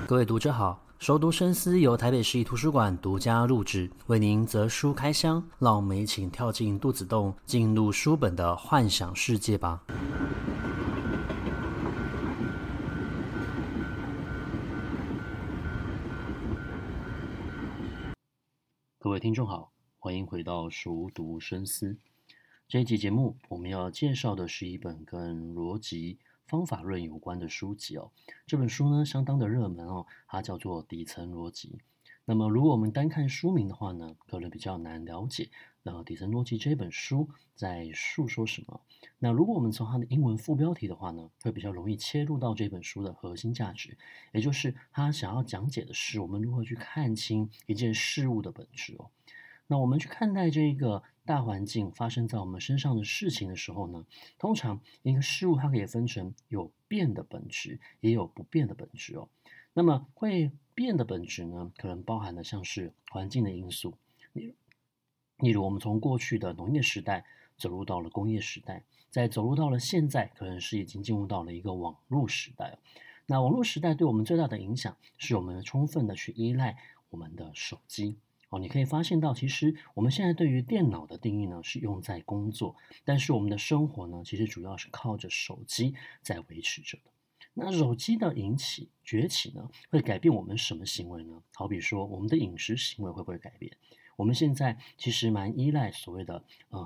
各位读者好，熟读深思由台北市立图书馆独家录制，为您择书开箱，让我们一起跳进肚子洞，进入书本的幻想世界吧。各位听众好，欢迎回到熟读深思。这一集节目我们要介绍的是一本跟逻辑方法论有关的书籍哦。这本书呢相当的热门哦，它叫做底层逻辑。那么如果我们单看书名的话呢，可能比较难了解底层逻辑这本书在述说什么。那如果我们从它的英文副标题的话呢，会比较容易切入到这本书的核心价值，也就是它想要讲解的是我们如何去看清一件事物的本质哦。那我们去看待这个大环境发生在我们身上的事情的时候呢，通常一个事物它可以分成有变的本质，也有不变的本质哦。那么会变的本质呢，可能包含了像是环境的因素，例如我们从过去的农业时代走入到了工业时代，再走入到了现在，可能是已经进入到了一个网络时代哦。那网络时代对我们最大的影响，是我们充分的去依赖我们的手机。你可以发现到，其实我们现在对于电脑的定义呢，是用在工作，但是我们的生活呢，其实主要是靠着手机在维持着的。那手机的崛起呢，会改变我们什么行为呢？好比说，我们的饮食行为会不会改变？我们现在其实蛮依赖所谓的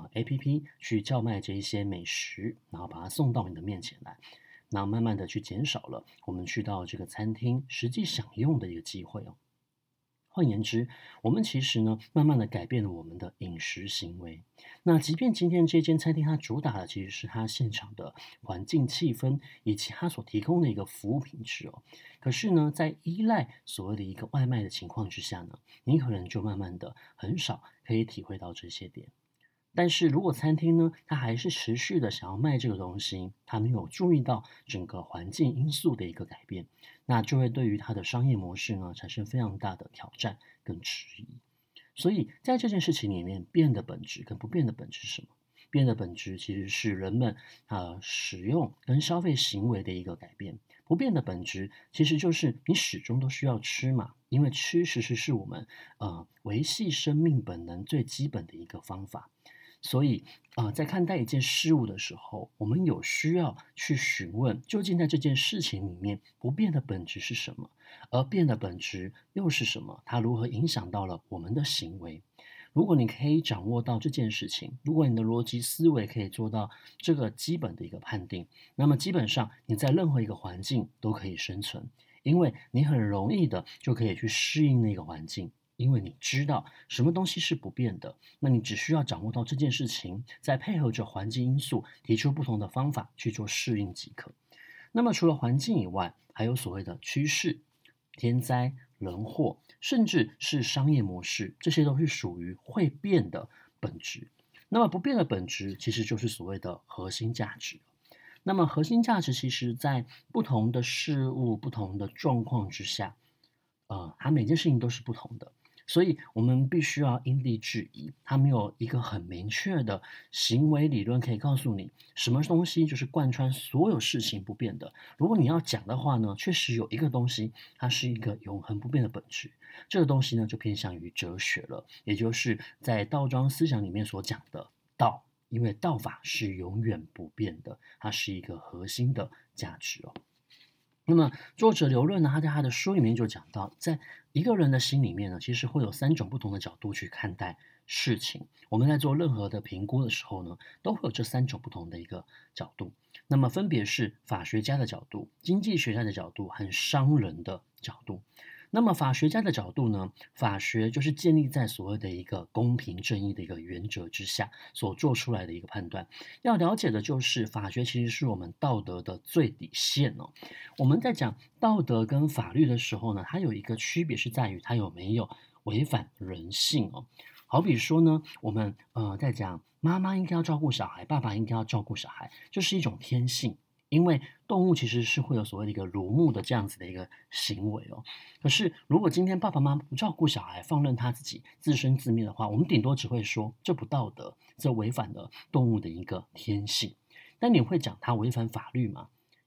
APP 去叫卖这一些美食，然后把它送到你的面前来，那慢慢的去减少了我们去到这个餐厅实际享用的一个机会哦。换言之，我们其实呢，慢慢的改变了我们的饮食行为。那即便今天这间餐厅它主打的其实是它现场的环境气氛，以及它所提供的一个服务品质哦。可是呢，在依赖所谓的一个外卖的情况之下呢，你可能就慢慢的很少可以体会到这些点。但是如果餐厅呢，它还是持续的想要卖这个东西，它没有注意到整个环境因素的一个改变，那就会对于它的商业模式呢产生非常大的挑战跟质疑。所以在这件事情里面，变的本质跟不变的本质是什么？变的本质其实是人们使用跟消费行为的一个改变。不变的本质其实就是你始终都需要吃嘛，因为吃其实是我们维系生命本能最基本的一个方法。所以在看待一件事物的时候，我们有需要去询问，究竟在这件事情里面不变的本质是什么，而变的本质又是什么？它如何影响到了我们的行为？如果你可以掌握到这件事情，如果你的逻辑思维可以做到这个基本的一个判定，那么基本上你在任何一个环境都可以生存，因为你很容易的就可以去适应那个环境。因为你知道什么东西是不变的，那你只需要掌握到这件事情，再配合着环境因素，提出不同的方法去做适应即可。那么除了环境以外，还有所谓的趋势、天灾、人祸，甚至是商业模式，这些都是属于会变的本质。那么不变的本质，其实就是所谓的核心价值。那么核心价值其实在不同的事物、不同的状况之下，它每件事情都是不同的。所以我们必须要因地制宜，它没有一个很明确的行为理论可以告诉你什么东西就是贯穿所有事情不变的。如果你要讲的话呢，确实有一个东西，它是一个永恒不变的本质。这个东西呢，就偏向于哲学了，也就是在道庄思想里面所讲的道，因为道法是永远不变的，它是一个核心的价值哦。那么作者刘润呢，他在他的书里面就讲到，在一个人的心里面呢，其实会有3种不同的角度去看待事情。我们在做任何的评估的时候呢，都会有这3种不同的一个角度。那么分别是法学家的角度、经济学家的角度和商人的角度。那么法学家的角度呢，法学就是建立在所谓的一个公平正义的一个原则之下所做出来的一个判断。要了解的就是法学其实是我们道德的最底线哦。我们在讲道德跟法律的时候呢，它有一个区别是在于它有没有违反人性哦。好比说呢，我们在讲妈妈应该要照顾小孩，爸爸应该要照顾小孩，这是一种天性。因为动物其实是会有所谓的一个辱没的这样子的一个行为哦。可是如果今天爸爸妈妈不照顾小孩，放任他自己自生自灭的话，我们顶多只会说这不道德，这违反了动物的一个天性。但你会讲它违反法律吗？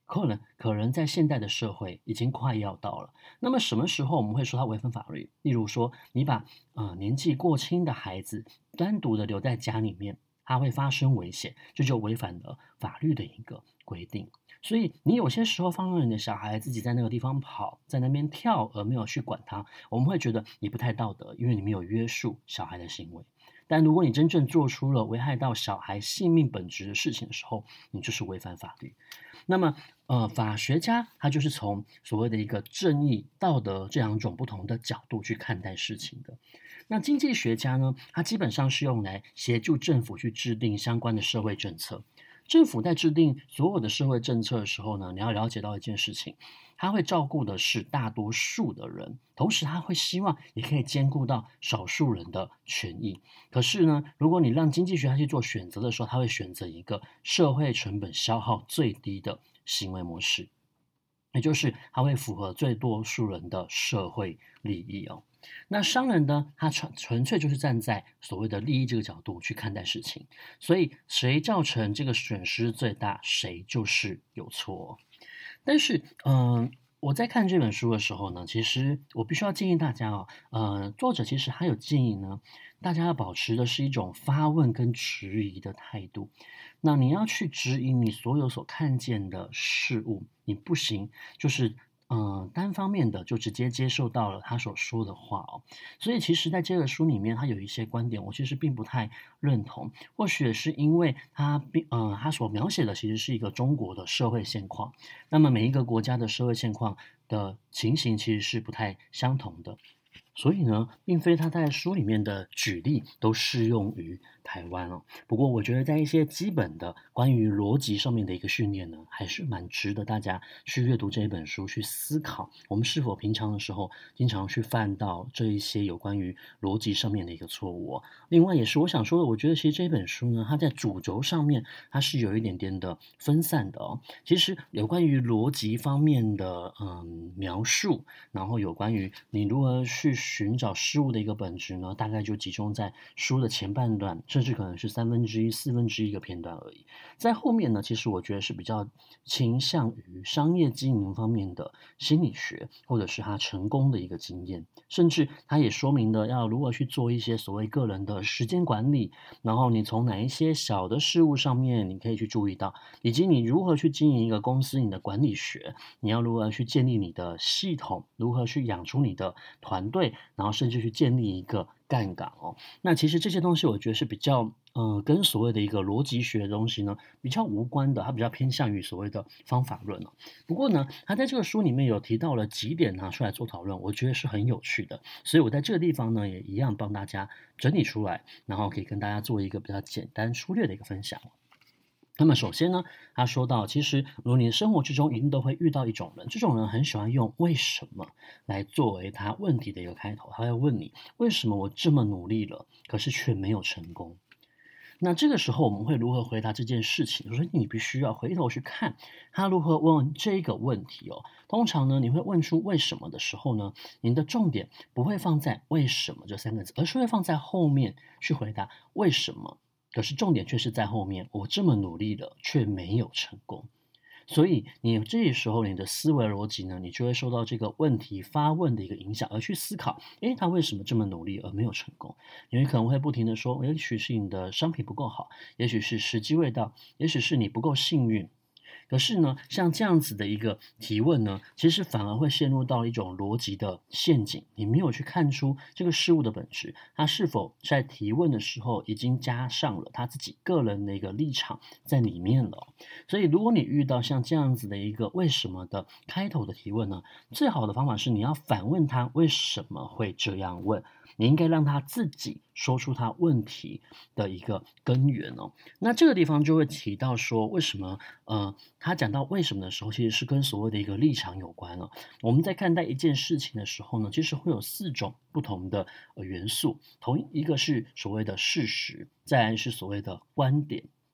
可能在现代的社会已经快要到了。那么什么时候我们会说它违反法律？例如说，你把年纪过轻的孩子单独的留在家里面，它会发生危险，这就违反了法律的一个规定。所以你有些时候放任你的小孩自己在那个地方跑，在那边跳，而没有去管他，我们会觉得你不太道德，因为你没有约束小孩的行为。但如果你真正做出了危害到小孩性命本质的事情的时候，你就是违反法律。那么，法学家他就是从所谓的一个正义、道德这两种不同的角度去看待事情的。那经济学家呢，他基本上是用来协助政府去制定相关的社会政策。政府在制定所有的社会政策的时候呢，你要了解到一件事情，他会照顾的是大多数的人，同时他会希望也可以兼顾到少数人的权益。可是呢，如果你让经济学家去做选择的时候，他会选择一个社会成本消耗最低的行为模式，也就是它会符合最多数人的社会利益哦。那商人呢，他纯粹就是站在所谓的利益这个角度去看待事情，所以谁造成这个损失最大，谁就是有错。但是，我在看这本书的时候呢，其实我必须要建议大家作者其实还有建议呢，大家要保持的是一种发问跟质疑的态度。那你要去质疑你所有所看见的事物，你不行，就是单方面的就直接接受到了他所说的话哦。所以其实在这个书里面，他有一些观点，我其实并不太认同。或许也是因为他所描写的其实是一个中国的社会现况，那么每一个国家的社会现况的情形其实是不太相同的。所以呢，并非他在书里面的举例都适用于台湾哦。不过，我觉得在一些基本的关于逻辑上面的一个训练呢，还是蛮值得大家去阅读这一本书，去思考我们是否平常的时候经常去犯到这一些有关于逻辑上面的一个错误哦。另外，也是我想说的，我觉得其实这本书呢，它在主轴上面它是有一点点的分散的哦。其实有关于逻辑方面的描述，然后有关于你如何去寻找事物的一个本质呢，大概就集中在书的前半段，甚至可能是1/3、1/4一个片段而已。在后面呢，其实我觉得是比较倾向于商业经营方面的心理学，或者是他成功的一个经验，甚至他也说明了要如何去做一些所谓个人的时间管理，然后你从哪一些小的事物上面你可以去注意到，以及你如何去经营一个公司，你的管理学，你要如何去建立你的系统，如何去养出你的团队，然后甚至去建立一个干岗哦。那其实这些东西我觉得是比较跟所谓的一个逻辑学的东西呢比较无关的，它比较偏向于所谓的方法论哦。不过呢，他在这个书里面有提到了几点拿出来做讨论，我觉得是很有趣的，所以我在这个地方呢也一样帮大家整理出来，然后可以跟大家做一个比较简单粗略的一个分享。那么首先呢，他说到，其实如你的生活之中一定都会遇到一种人，这种人很喜欢用“为什么”来作为他问题的一个开头，他会问你为什么我这么努力了，可是却没有成功。那这个时候我们会如何回答这件事情？所以你必须要回头去看他如何问这个问题哦。通常呢，你会问出为什么的时候呢，您的重点不会放在为什么这三个字，而是会放在后面去回答为什么。可是重点却是在后面，我这么努力了，却没有成功。所以你这时候你的思维逻辑呢，你就会受到这个问题发问的一个影响，而去思考，诶，他为什么这么努力而没有成功？你可能会不停的说，也许是你的商品不够好，也许是时机未到，也许是你不够幸运。可是呢，像这样子的一个提问呢，其实反而会陷入到一种逻辑的陷阱。你没有去看出这个事物的本质，他是否在提问的时候已经加上了他自己个人的一个立场在里面了。所以，如果你遇到像这样子的一个为什么的开头的提问呢，最好的方法是你要反问他为什么会这样问。你应该让他自己说出他问题的一个根源哦。那这个地方就会提到说，为什么他讲到为什么的时候，其实是跟所谓的一个立场有关了。我们在看待一件事情的时候呢，其实会有4种不同的元素，同一个是所谓的事实，再来是所谓的观点，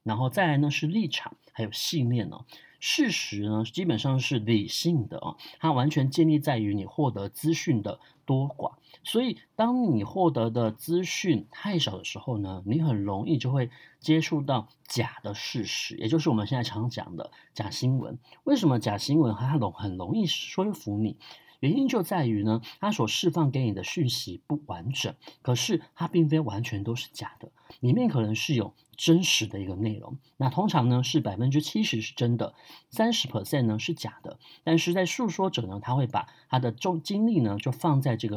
然后再来呢是立场，还有信念哦。事实呢基本上是理性的哦，它完全建立在于你获得资讯的多寡。所以当你获得的资讯太少的时候呢，你很容易就会接触到假的事实，也就是我们现在常讲的假新闻。为什么假新闻它很容易说服你？原因就在于呢，它所释放给你的讯息不完整，可是它并非完全都是假的，里面可能是有真实的一个内容。那通常呢是70%是真的，30%呢是假的。但是在诉说者呢，他会把他的精力呢就放在这个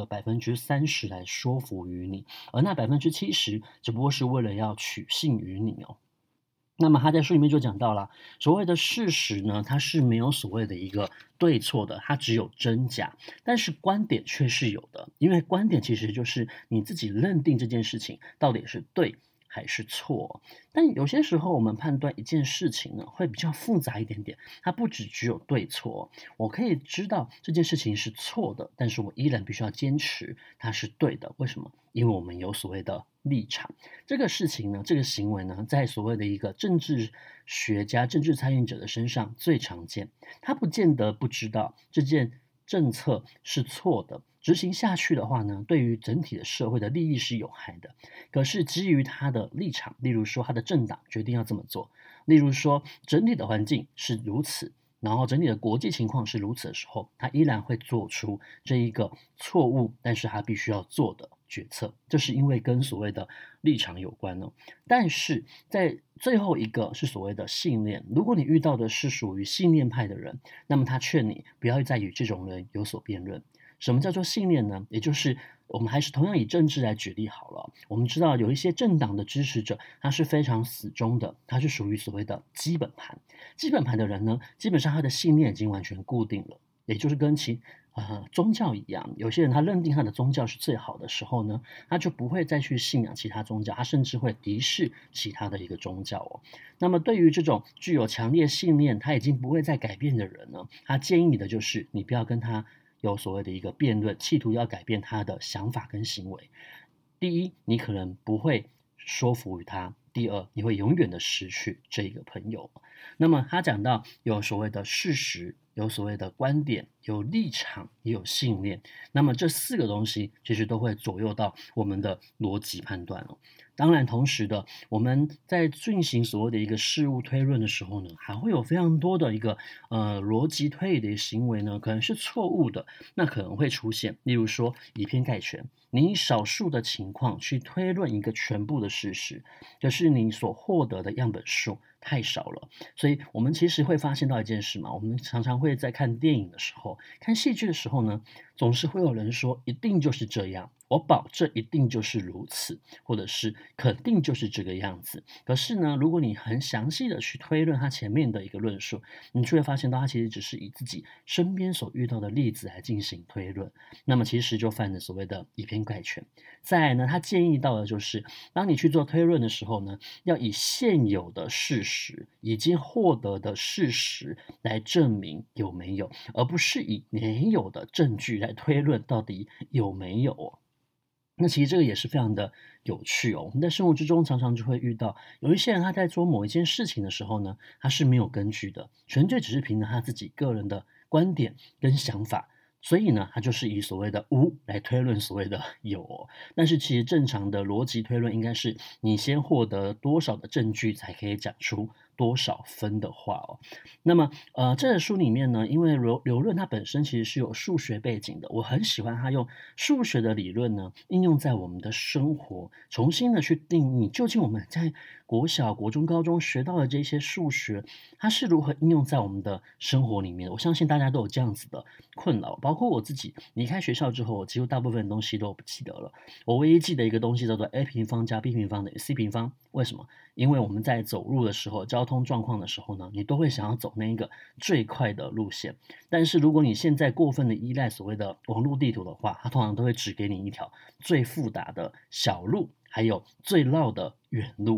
30%来说服于你，而那70%只不过是为了要取信于你哦。那么他在书里面就讲到了，所谓的事实呢，它是没有所谓的一个对错的，它只有真假，但是观点却是有的，因为观点其实就是你自己认定这件事情到底是对还是错。但有些时候我们判断一件事情呢，会比较复杂一点点，它不只有对错，我可以知道这件事情是错的，但是我依然必须要坚持它是对的。为什么？因为我们有所谓的立场。这个事情呢，这个行为呢，在所谓的一个政治学家、政治参与者的身上最常见。他不见得不知道这件政策是错的，执行下去的话呢，对于整体的社会的利益是有害的。可是基于他的立场，例如说他的政党决定要这么做，例如说整体的环境是如此，然后整体的国际情况是如此的时候，他依然会做出这一个错误，但是他必须要做的决策，这是因为跟所谓的立场有关哦。但是在最后一个是所谓的信念，如果你遇到的是属于信念派的人，那么他劝你不要再与这种人有所辩论。什么叫做信念呢？也就是我们还是同样以政治来举例好了。我们知道有一些政党的支持者，他是非常死忠的，他是属于所谓的基本盘。基本盘的人呢，基本上他的信念已经完全固定了，也就是跟宗教一样。有些人他认定他的宗教是最好的时候呢，他就不会再去信仰其他宗教，他甚至会敌视其他的一个宗教哦。那么对于这种具有强烈信念，他已经不会再改变的人呢，他建议你的就是你不要跟他有所谓的一个辩论，企图要改变他的想法跟行为。第一，你可能不会说服于他；第二，你会永远的失去这个朋友。那么他讲到有所谓的事实，有所谓的观点，有立场，也有信念。那么这四个东西其实都会左右到我们的逻辑判断哦。当然，同时的，我们在进行所谓的一个事物推论的时候呢，还会有非常多的一个逻辑推理的行为呢，可能是错误的，那可能会出现，例如说以偏概全，你以少数的情况去推论一个全部的事实，可是你所获得的样本数太少了。所以我们其实会发现到一件事嘛，我们常常会在看电影的时候、看戏剧的时候呢，总是会有人说一定就是这样，我保证一定就是如此，或者是肯定就是这个样子。可是呢，如果你很详细的去推论他前面的一个论述，你就会发现到他其实只是以自己身边所遇到的例子来进行推论，那么其实就犯了所谓的以偏概全。再来呢，他建议到的就是，当你去做推论的时候呢，要以现有的事实、已经获得的事实来证明有没有，而不是以没有的证据来推论到底有没有哦。那其实这个也是非常的有趣哦。我们在生活之中常常就会遇到有一些人他在做某一件事情的时候呢，他是没有根据的，纯粹只是凭着他自己个人的观点跟想法。所以呢，他就是以所谓的无来推论所谓的有哦。但是其实正常的逻辑推论应该是你先获得多少的证据，才可以讲出多少分的话哦。那么这本书里面呢，因为刘润他本身其实是有数学背景的，我很喜欢他用数学的理论呢应用在我们的生活，重新的去定义究竟我们在国小、国中、高中学到的这些数学，它是如何应用在我们的生活里面的。我相信大家都有这样子的困扰，包括我自己离开学校之后，我几乎大部分东西都不记得了。我唯一记得一个东西叫做 a 平方加 b 平方等于 c 平方。为什么？因为我们在走路的时候，交通状况的时候呢，你都会想要走那一个最快的路线。但是如果你现在过分的依赖所谓的网络地图的话，它通常都会只给你一条最复杂的小路，还有最绕的远路哦。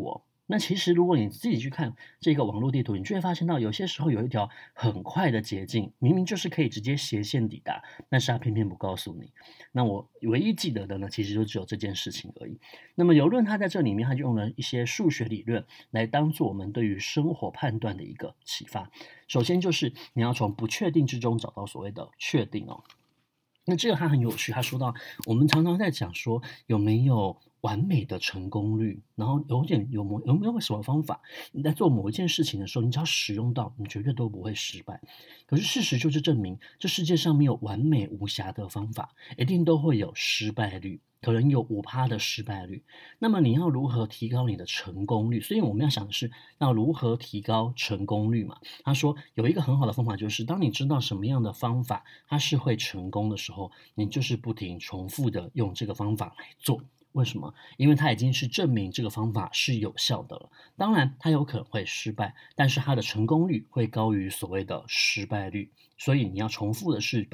那其实如果你自己去看这个网络地图，你就会发现到有些时候有一条很快的捷径，明明就是可以直接斜线抵达，但是它偏偏不告诉你。那我唯一记得的呢，其实就只有这件事情而已。那么尤论他在这里面，他就用了一些数学理论来当做我们对于生活判断的一个启发。首先就是你要从不确定之中找到所谓的确定哦。那这个它很有趣，他说到我们常常在讲说有没有完美的成功率，然后有没有什么方法，你在做某一件事情的时候，你只要使用到，你绝对都不会失败。可是事实就是证明，这世界上没有完美无瑕的方法，一定都会有失败率。可能有5%的失败率，那么你要如何提高你的成功率？所以我们要想的是要如何提高成功率嘛？他说有一个很好的方法，就是当你知道什么样的方法它是会成功的时候，你就是不停重复的用这个方法来做。为什么？因为它已经是证明这个方法是有效的了。当然，它有可能会失败，但是它的成功率会高于所谓的失败率。所以你要重复的是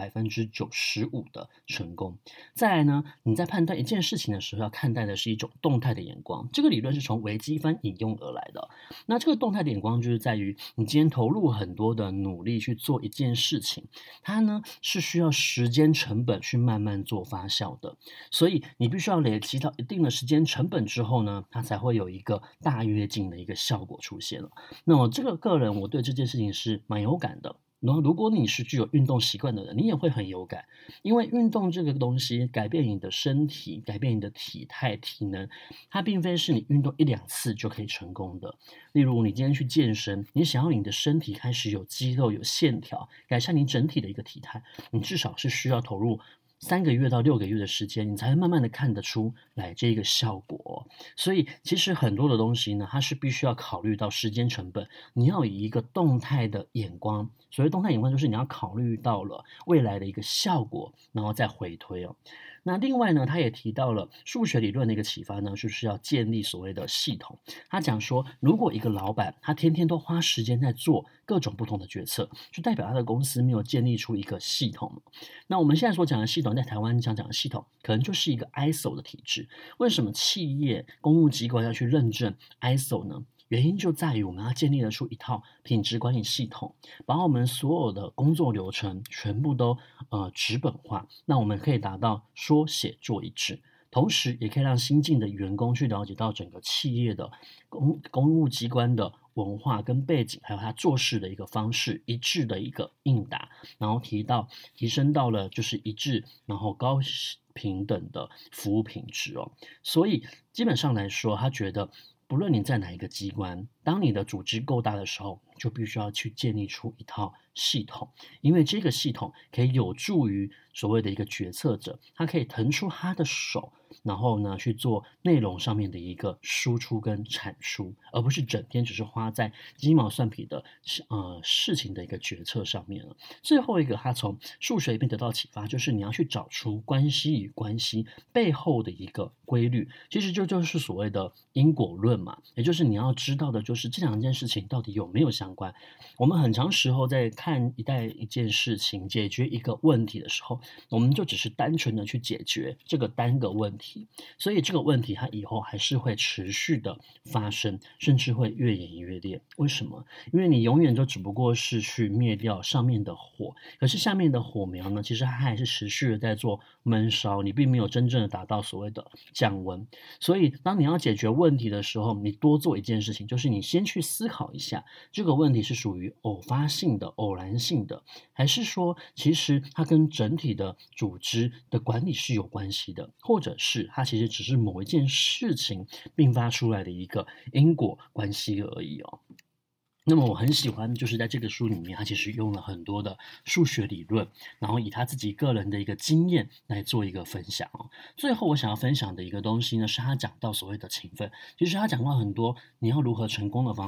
95%的成功。再来呢，你在判断一件事情的时候，要看待的是一种动态的眼光。这个理论是从微积分引用而来的。那这个动态的眼光就是在于，你今天投入很多的努力去做一件事情，它呢是需要时间成本去慢慢做发酵的。所以你必须要累积到一定的时间成本之后呢，它才会有一个大跃进的一个效果出现了。那么这个个人我对这件事情是蛮有感的。然后，如果你是具有运动习惯的人，你也会很有感，因为运动这个东西改变你的身体，改变你的体态、体能，它并非是你运动1-2次就可以成功的。例如，你今天去健身，你想要你的身体开始有肌肉、有线条，改善你整体的一个体态，你至少是需要投入3个月到6个月的时间，你才会慢慢的看得出来这个效果。所以其实很多的东西呢，它是必须要考虑到时间成本，你要以一个动态的眼光，所谓动态眼光就是你要考虑到了未来的一个效果，然后再回推哦。那另外呢，他也提到了数学理论的一个启发呢，就是要建立所谓的系统。他讲说，如果一个老板他天天都花时间在做各种不同的决策，就代表他的公司没有建立出一个系统。那我们现在所讲的系统，在台湾讲的系统，可能就是一个 ISO 的体制。为什么企业公务机关要去认证 ISO 呢？原因就在于我们要建立得出一套品质管理系统，把我们所有的工作流程全部都纸本化，那我们可以达到说写做一致。同时，也可以让新进的员工去了解到整个企业的公务机关的文化跟背景，还有他做事的一个方式一致的一个应答，然后提升到了就是一致，然后高平等的服务品质哦。所以基本上来说，他觉得不论你在哪一个机关，当你的组织够大的时候，就必须要去建立出一套系统，因为这个系统可以有助于所谓的一个决策者，他可以腾出他的手，然后呢去做内容上面的一个输出跟阐述，而不是整天只是花在鸡毛蒜皮的事情的一个决策上面了。最后一个，他从数学里面得到启发，就是你要去找出关系与关系背后的一个规律，其实就是所谓的因果论嘛，也就是你要知道的就是这2件事情到底有没有相关。我们很长时候在看一件事情，解决一个问题的时候，我们就只是单纯的去解决这个单个问题，所以这个问题它以后还是会持续的发生，甚至会越演越烈。为什么？因为你永远就只不过是去灭掉上面的火，可是下面的火苗呢，其实它还是持续的在做闷烧，你并没有真正的达到所谓的降温。所以当你要解决问题的时候，你多做一件事情，就是你先去思考一下，这个问题是属于偶发性的、偶然性的，还是说其实它跟整体的组织的管理是有关系的，或者是它其实只是某一件事情并发出来的一个因果关系而已哦。那么我很喜欢，就是在这个书里面，他其实用了很多的数学理论，然后以他自己个人的一个经验来做一个分享哦。最后我想要分享的一个东西呢，是他讲到所谓的勤奋，其实他讲到很多你要如何成功的方法。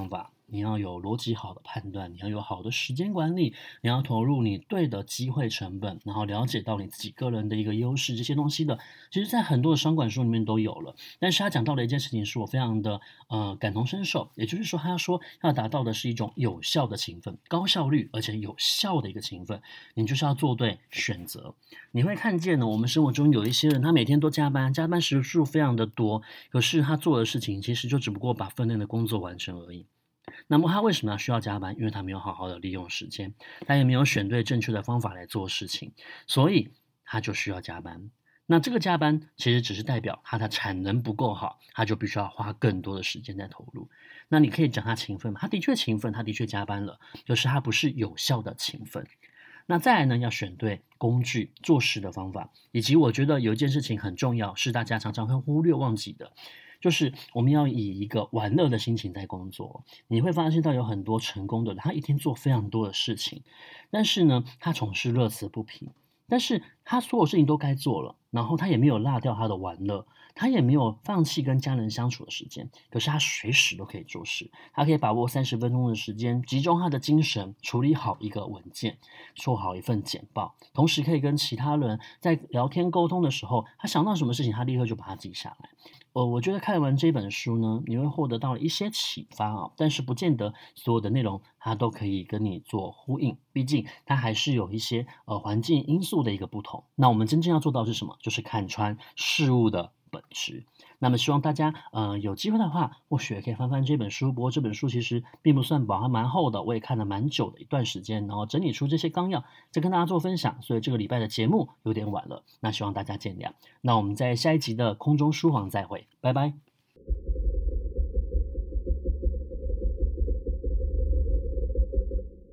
你要有逻辑好的判断，你要有好的时间管理，你要投入你对的机会成本，然后了解到你自己个人的一个优势，这些东西的，其实在很多的商管书里面都有了。但是他讲到的一件事情是我非常的感同身受，也就是说，他说要达到的是一种有效的勤奋、高效率而且有效的一个勤奋，你就是要做对选择。你会看见呢，我们生活中有一些人，他每天都加班，加班时数非常的多，可是他做的事情其实就只不过把分内的工作完成而已。那么他为什么需要加班？因为他没有好好的利用时间，他也没有选对正确的方法来做事情，所以他就需要加班。那这个加班其实只是代表他的产能不够好，他就必须要花更多的时间在投入。那你可以讲他勤奋吗？他的确勤奋，他的确加班了，就是他不是有效的勤奋。那再来呢，要选对工具、做事的方法，以及我觉得有一件事情很重要，是大家常常会忽略忘记的，就是我们要以一个玩乐的心情在工作。你会发现到有很多成功的人，他一天做非常多的事情，但是呢，他总是乐此不疲。但是他所有事情都该做了，然后他也没有落掉他的玩乐，他也没有放弃跟家人相处的时间。可是他随时都可以做事，他可以把握30分钟的时间，集中他的精神，处理好一个文件，做好一份简报，同时可以跟其他人在聊天沟通的时候，他想到什么事情，他立刻就把它记下来。我觉得看完这本书呢，你会获得到一些启发啊，但是不见得所有的内容它都可以跟你做呼应，毕竟它还是有一些环境因素的一个不同。那我们真正要做到的是什么？就是看穿事物的本质。那么希望大家有机会的话，或许也可以翻翻这本书。不过这本书其实并不算薄，还蛮厚的，我也看了蛮久的一段时间，然后整理出这些纲要，再跟大家做分享。所以这个礼拜的节目有点晚了，那希望大家见谅。那我们在下一集的空中书房再会，拜拜。